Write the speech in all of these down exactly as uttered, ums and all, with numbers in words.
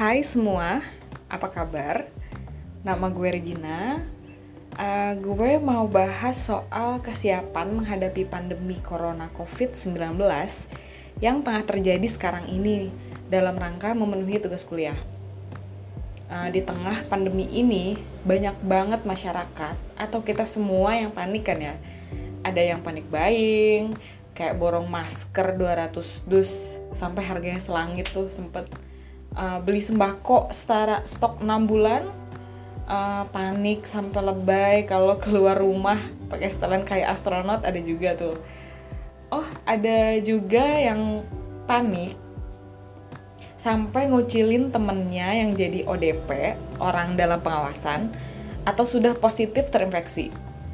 Hai semua, apa kabar? Nama gue Regina. Uh, gue mau bahas soal kesiapan menghadapi pandemi Corona covid sembilan belas yang tengah terjadi sekarang ini dalam rangka memenuhi tugas kuliah. Uh, di tengah pandemi ini, banyak banget masyarakat atau kita semua yang panik kan ya. Ada yang panik buying, kayak borong masker dua ratus dus sampai harganya selangit tuh, sempet uh, beli sembako setara stok enam bulan, uh, panik sampai lebay kalau keluar rumah pakai setelan kayak astronot, ada juga tuh. Oh, ada juga yang panik sampai ngucilin temennya yang jadi O D P, orang dalam pengawasan, atau sudah positif terinfeksi.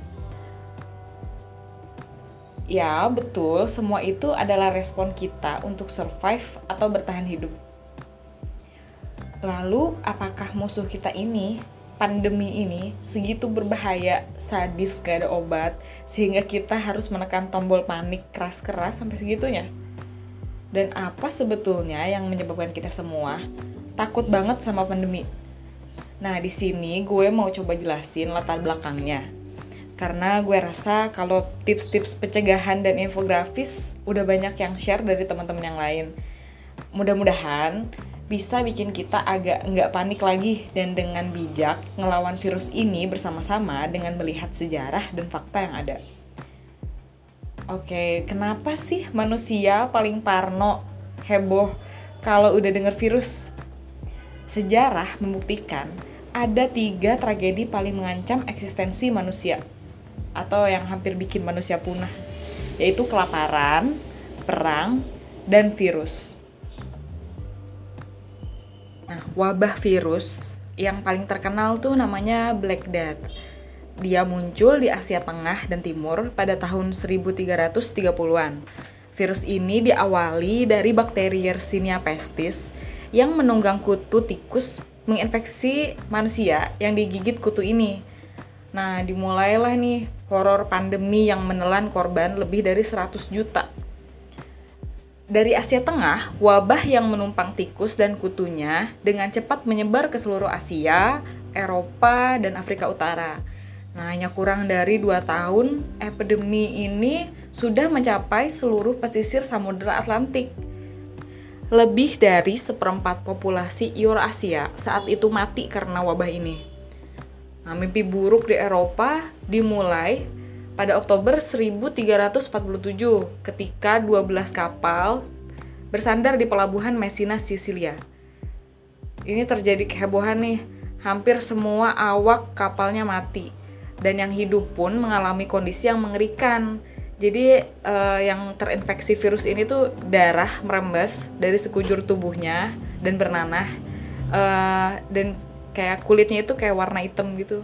Ya, betul, semua itu adalah respon kita untuk survive atau bertahan hidup. Lalu, apakah musuh kita ini, pandemi ini, segitu berbahaya, sadis, gak ada obat, sehingga kita harus menekan tombol panik keras-keras sampai segitunya? Dan apa sebetulnya yang menyebabkan kita semua takut banget sama pandemi? Nah, di sini gue mau coba jelasin latar belakangnya. Karena gue rasa kalau tips-tips pencegahan dan infografis udah banyak yang share dari teman-teman yang lain. Mudah-mudahan bisa bikin kita agak nggak panik lagi dan dengan bijak ngelawan virus ini bersama-sama dengan melihat sejarah dan fakta yang ada. Oke, kenapa sih manusia paling parno, heboh kalau udah denger virus? Sejarah membuktikan ada tiga tragedi paling mengancam eksistensi manusia, atau yang hampir bikin manusia punah, yaitu kelaparan, perang, dan virus. Nah, wabah virus yang paling terkenal tuh namanya Black Death. Dia muncul di Asia Tengah dan Timur pada tahun seribu tiga ratus tiga puluhan. Virus ini diawali dari bakteri Yersinia pestis yang menunggang kutu tikus menginfeksi manusia yang digigit kutu ini. Nah, dimulailah nih horor pandemi yang menelan korban lebih dari seratus juta. Dari Asia Tengah, wabah yang menumpang tikus dan kutunya dengan cepat menyebar ke seluruh Asia, Eropa, dan Afrika Utara. Nah, hanya kurang dari dua tahun, epidemi ini sudah mencapai seluruh pesisir Samudra Atlantik. Lebih dari seperempat populasi Eurasia saat itu mati karena wabah ini. Nah, mimpi buruk di Eropa dimulai pada Oktober seribu tiga ratus empat puluh tujuh ketika dua belas kapal bersandar di pelabuhan Messina, Sisilia. Ini terjadi kehebohan nih, hampir semua awak kapalnya mati dan yang hidup pun mengalami kondisi yang mengerikan. Jadi eh, yang terinfeksi virus ini tuh darah merembes dari sekujur tubuhnya dan bernanah, eh, dan kayak kulitnya itu kayak warna hitam gitu.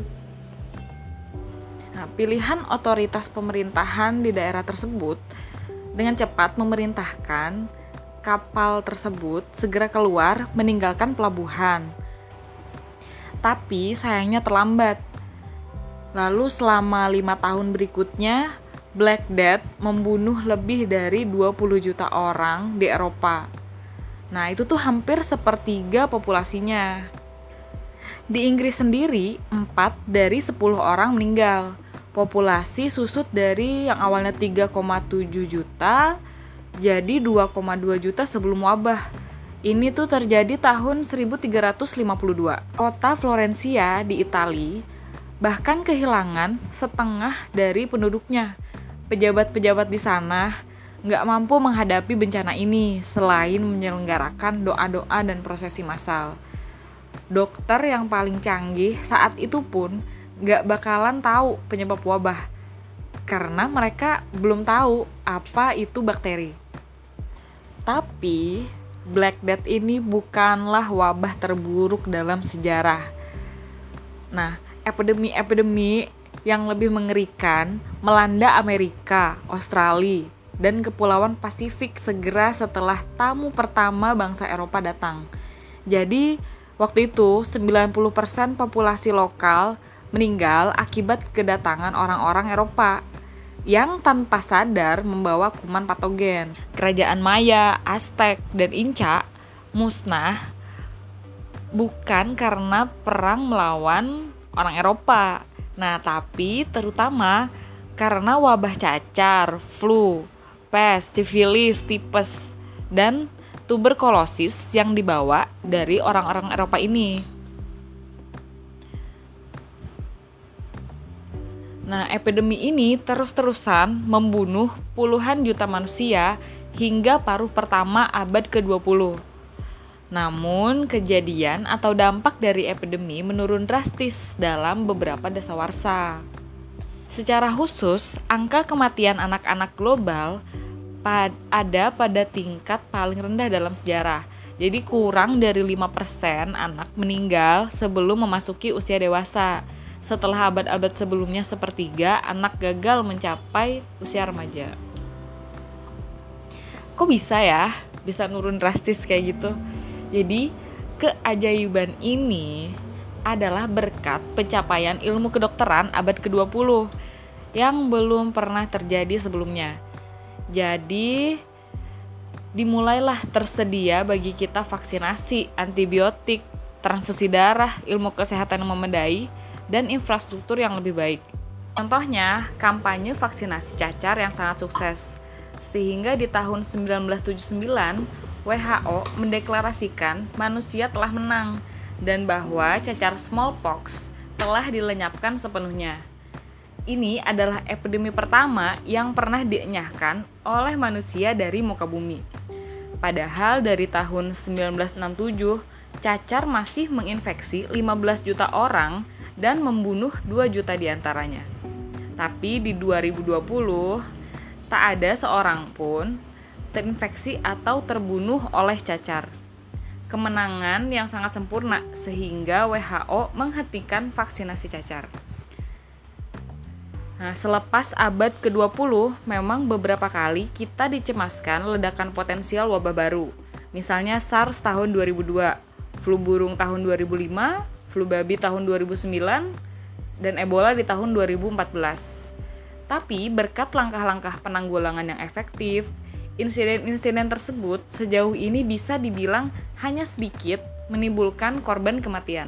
Nah, pilihan otoritas pemerintahan di daerah tersebut dengan cepat memerintahkan kapal tersebut segera keluar meninggalkan pelabuhan. Tapi sayangnya terlambat. Lalu selama lima tahun berikutnya, Black Death membunuh lebih dari dua puluh juta orang di Eropa. Nah, itu tuh hampir sepertiga populasinya. Di Inggris sendiri, empat dari sepuluh orang meninggal. Populasi susut dari yang awalnya tiga koma tujuh juta jadi dua koma dua juta sebelum wabah. Ini tuh terjadi tahun seribu tiga ratus lima puluh dua. Kota Florencia di Italia bahkan kehilangan setengah dari penduduknya. Pejabat-pejabat di sana nggak mampu menghadapi bencana ini selain menyelenggarakan doa-doa dan prosesi massal. Dokter yang paling canggih saat itu pun gak bakalan tahu penyebab wabah karena mereka belum tahu apa itu bakteri. Tapi Black Death ini bukanlah wabah terburuk dalam sejarah. Nah, epidemi-epidemi yang lebih mengerikan melanda Amerika, Australia, dan Kepulauan Pasifik segera setelah tamu pertama bangsa Eropa datang. Jadi waktu itu sembilan puluh persen populasi lokal meninggal akibat kedatangan orang-orang Eropa yang tanpa sadar membawa kuman patogen. Kerajaan Maya, Aztec, dan Inca musnah bukan karena perang melawan orang Eropa. Nah, tapi terutama karena wabah cacar, flu, pes, sifilis, tipes, dan tuberkulosis yang dibawa dari orang-orang Eropa ini. Nah, epidemi ini terus-terusan membunuh puluhan juta manusia hingga paruh pertama abad ke dua puluh. Namun, kejadian atau dampak dari epidemi menurun drastis dalam beberapa dasawarsa. Secara khusus, angka kematian anak-anak global pad- ada pada tingkat paling rendah dalam sejarah. Jadi kurang dari lima persen anak meninggal sebelum memasuki usia dewasa. Setelah abad-abad sebelumnya sepertiga, anak gagal mencapai usia remaja. Kok bisa ya? Bisa nurun drastis kayak gitu? Jadi, keajaiban ini adalah berkat pencapaian ilmu kedokteran abad ke dua puluh yang belum pernah terjadi sebelumnya. Jadi, dimulailah tersedia bagi kita vaksinasi, antibiotik, transfusi darah, ilmu kesehatan yang memadai, dan infrastruktur yang lebih baik. Contohnya, kampanye vaksinasi cacar yang sangat sukses. Sehingga di tahun sembilan belas tujuh puluh sembilan, W H O mendeklarasikan manusia telah menang dan bahwa cacar smallpox telah dilenyapkan sepenuhnya. Ini adalah epidemi pertama yang pernah dienyahkan oleh manusia dari muka bumi. Padahal dari tahun sembilan belas enam puluh tujuh, cacar masih menginfeksi lima belas juta orang dan membunuh dua juta diantaranya. Tapi di dua ribu dua puluh, tak ada seorang pun terinfeksi atau terbunuh oleh cacar. Kemenangan yang sangat sempurna sehingga W H O menghentikan vaksinasi cacar. Nah, selepas abad ke dua puluh, memang beberapa kali kita dicemaskan ledakan potensial wabah baru. Misalnya SARS tahun dua ribu dua, flu burung tahun dua ribu lima, flu babi tahun dua ribu sembilan, dan Ebola di tahun dua ribu empat belas. Tapi berkat langkah-langkah penanggulangan yang efektif, insiden-insiden tersebut sejauh ini bisa dibilang hanya sedikit menimbulkan korban kematian.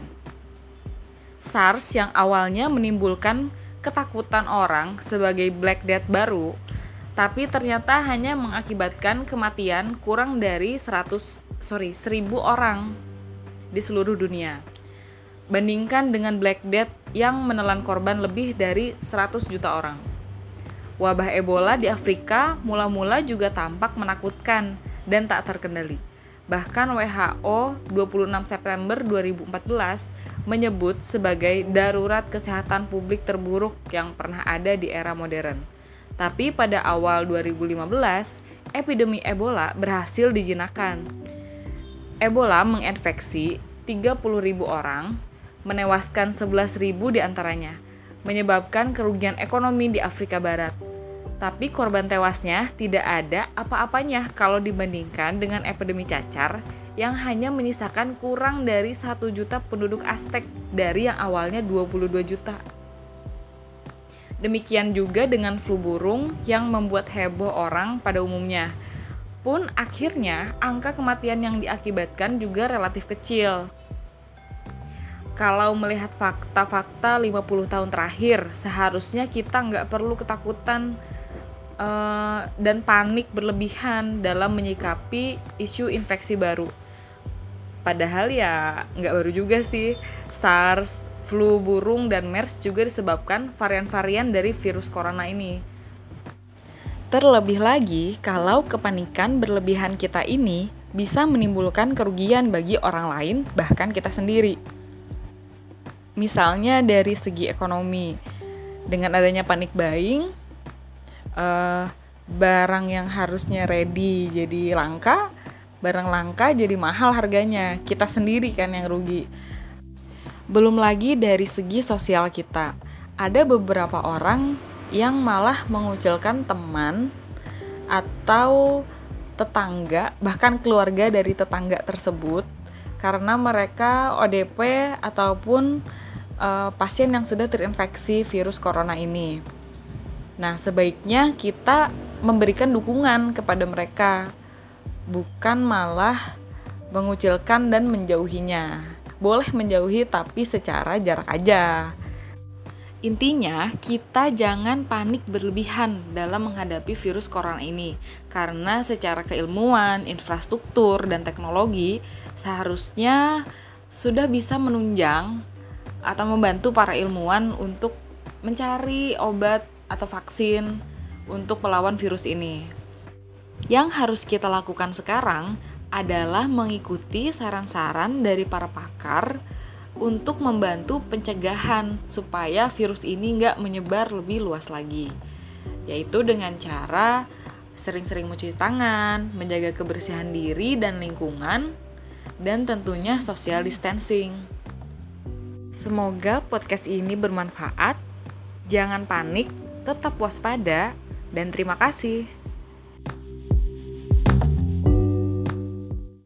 SARS yang awalnya menimbulkan ketakutan orang sebagai Black Death baru, tapi ternyata hanya mengakibatkan kematian kurang dari seratus, sorry, seribu orang di seluruh dunia. Bandingkan dengan Black Death yang menelan korban lebih dari seratus juta orang. Wabah Ebola di Afrika mula-mula juga tampak menakutkan dan tak terkendali. Bahkan W H O dua puluh enam September dua ribu empat belas menyebut sebagai darurat kesehatan publik terburuk yang pernah ada di era modern. Tapi pada awal dua ribu lima belas, epidemi Ebola berhasil dijinakan. Ebola menginfeksi tiga puluh ribu orang, menewaskan sebelas ribu diantaranya, menyebabkan kerugian ekonomi di Afrika Barat. Tapi korban tewasnya tidak ada apa-apanya kalau dibandingkan dengan epidemi cacar yang hanya menyisakan kurang dari satu juta penduduk Aztec dari yang awalnya dua puluh dua juta. Demikian juga dengan flu burung yang membuat heboh orang pada umumnya. Pun akhirnya angka kematian yang diakibatkan juga relatif kecil. Kalau melihat fakta-fakta lima puluh tahun terakhir, seharusnya kita nggak perlu ketakutan uh, dan panik berlebihan dalam menyikapi isu infeksi baru. Padahal ya nggak baru juga sih, SARS, flu burung, dan MERS juga disebabkan varian-varian dari virus corona ini. Terlebih lagi, kalau kepanikan berlebihan kita ini bisa menimbulkan kerugian bagi orang lain, bahkan kita sendiri. Misalnya dari segi ekonomi, dengan adanya panic buying, uh, barang yang harusnya ready jadi langka, barang langka jadi mahal harganya, kita sendiri kan yang rugi. Belum lagi dari segi sosial kita, ada beberapa orang yang malah mengucilkan teman atau tetangga, bahkan keluarga dari tetangga tersebut, karena mereka O D P ataupun Uh, pasien yang sudah terinfeksi virus corona ini. Nah, sebaiknya kita memberikan dukungan kepada mereka, bukan malah mengucilkan dan menjauhinya. boleh menjauhi tapi secara jarak aja. Intinya, kita jangan panik berlebihan dalam menghadapi virus corona ini, karena secara keilmuan, infrastruktur, dan teknologi seharusnya sudah bisa menunjang atau membantu para ilmuwan untuk mencari obat atau vaksin untuk melawan virus ini. Yang harus kita lakukan sekarang adalah mengikuti saran-saran dari para pakar untuk membantu pencegahan supaya virus ini nggak menyebar lebih luas lagi, yaitu dengan cara sering-sering mencuci tangan, menjaga kebersihan diri dan lingkungan, dan tentunya social distancing. Semoga podcast ini bermanfaat. Jangan panik, tetap waspada, dan terima kasih.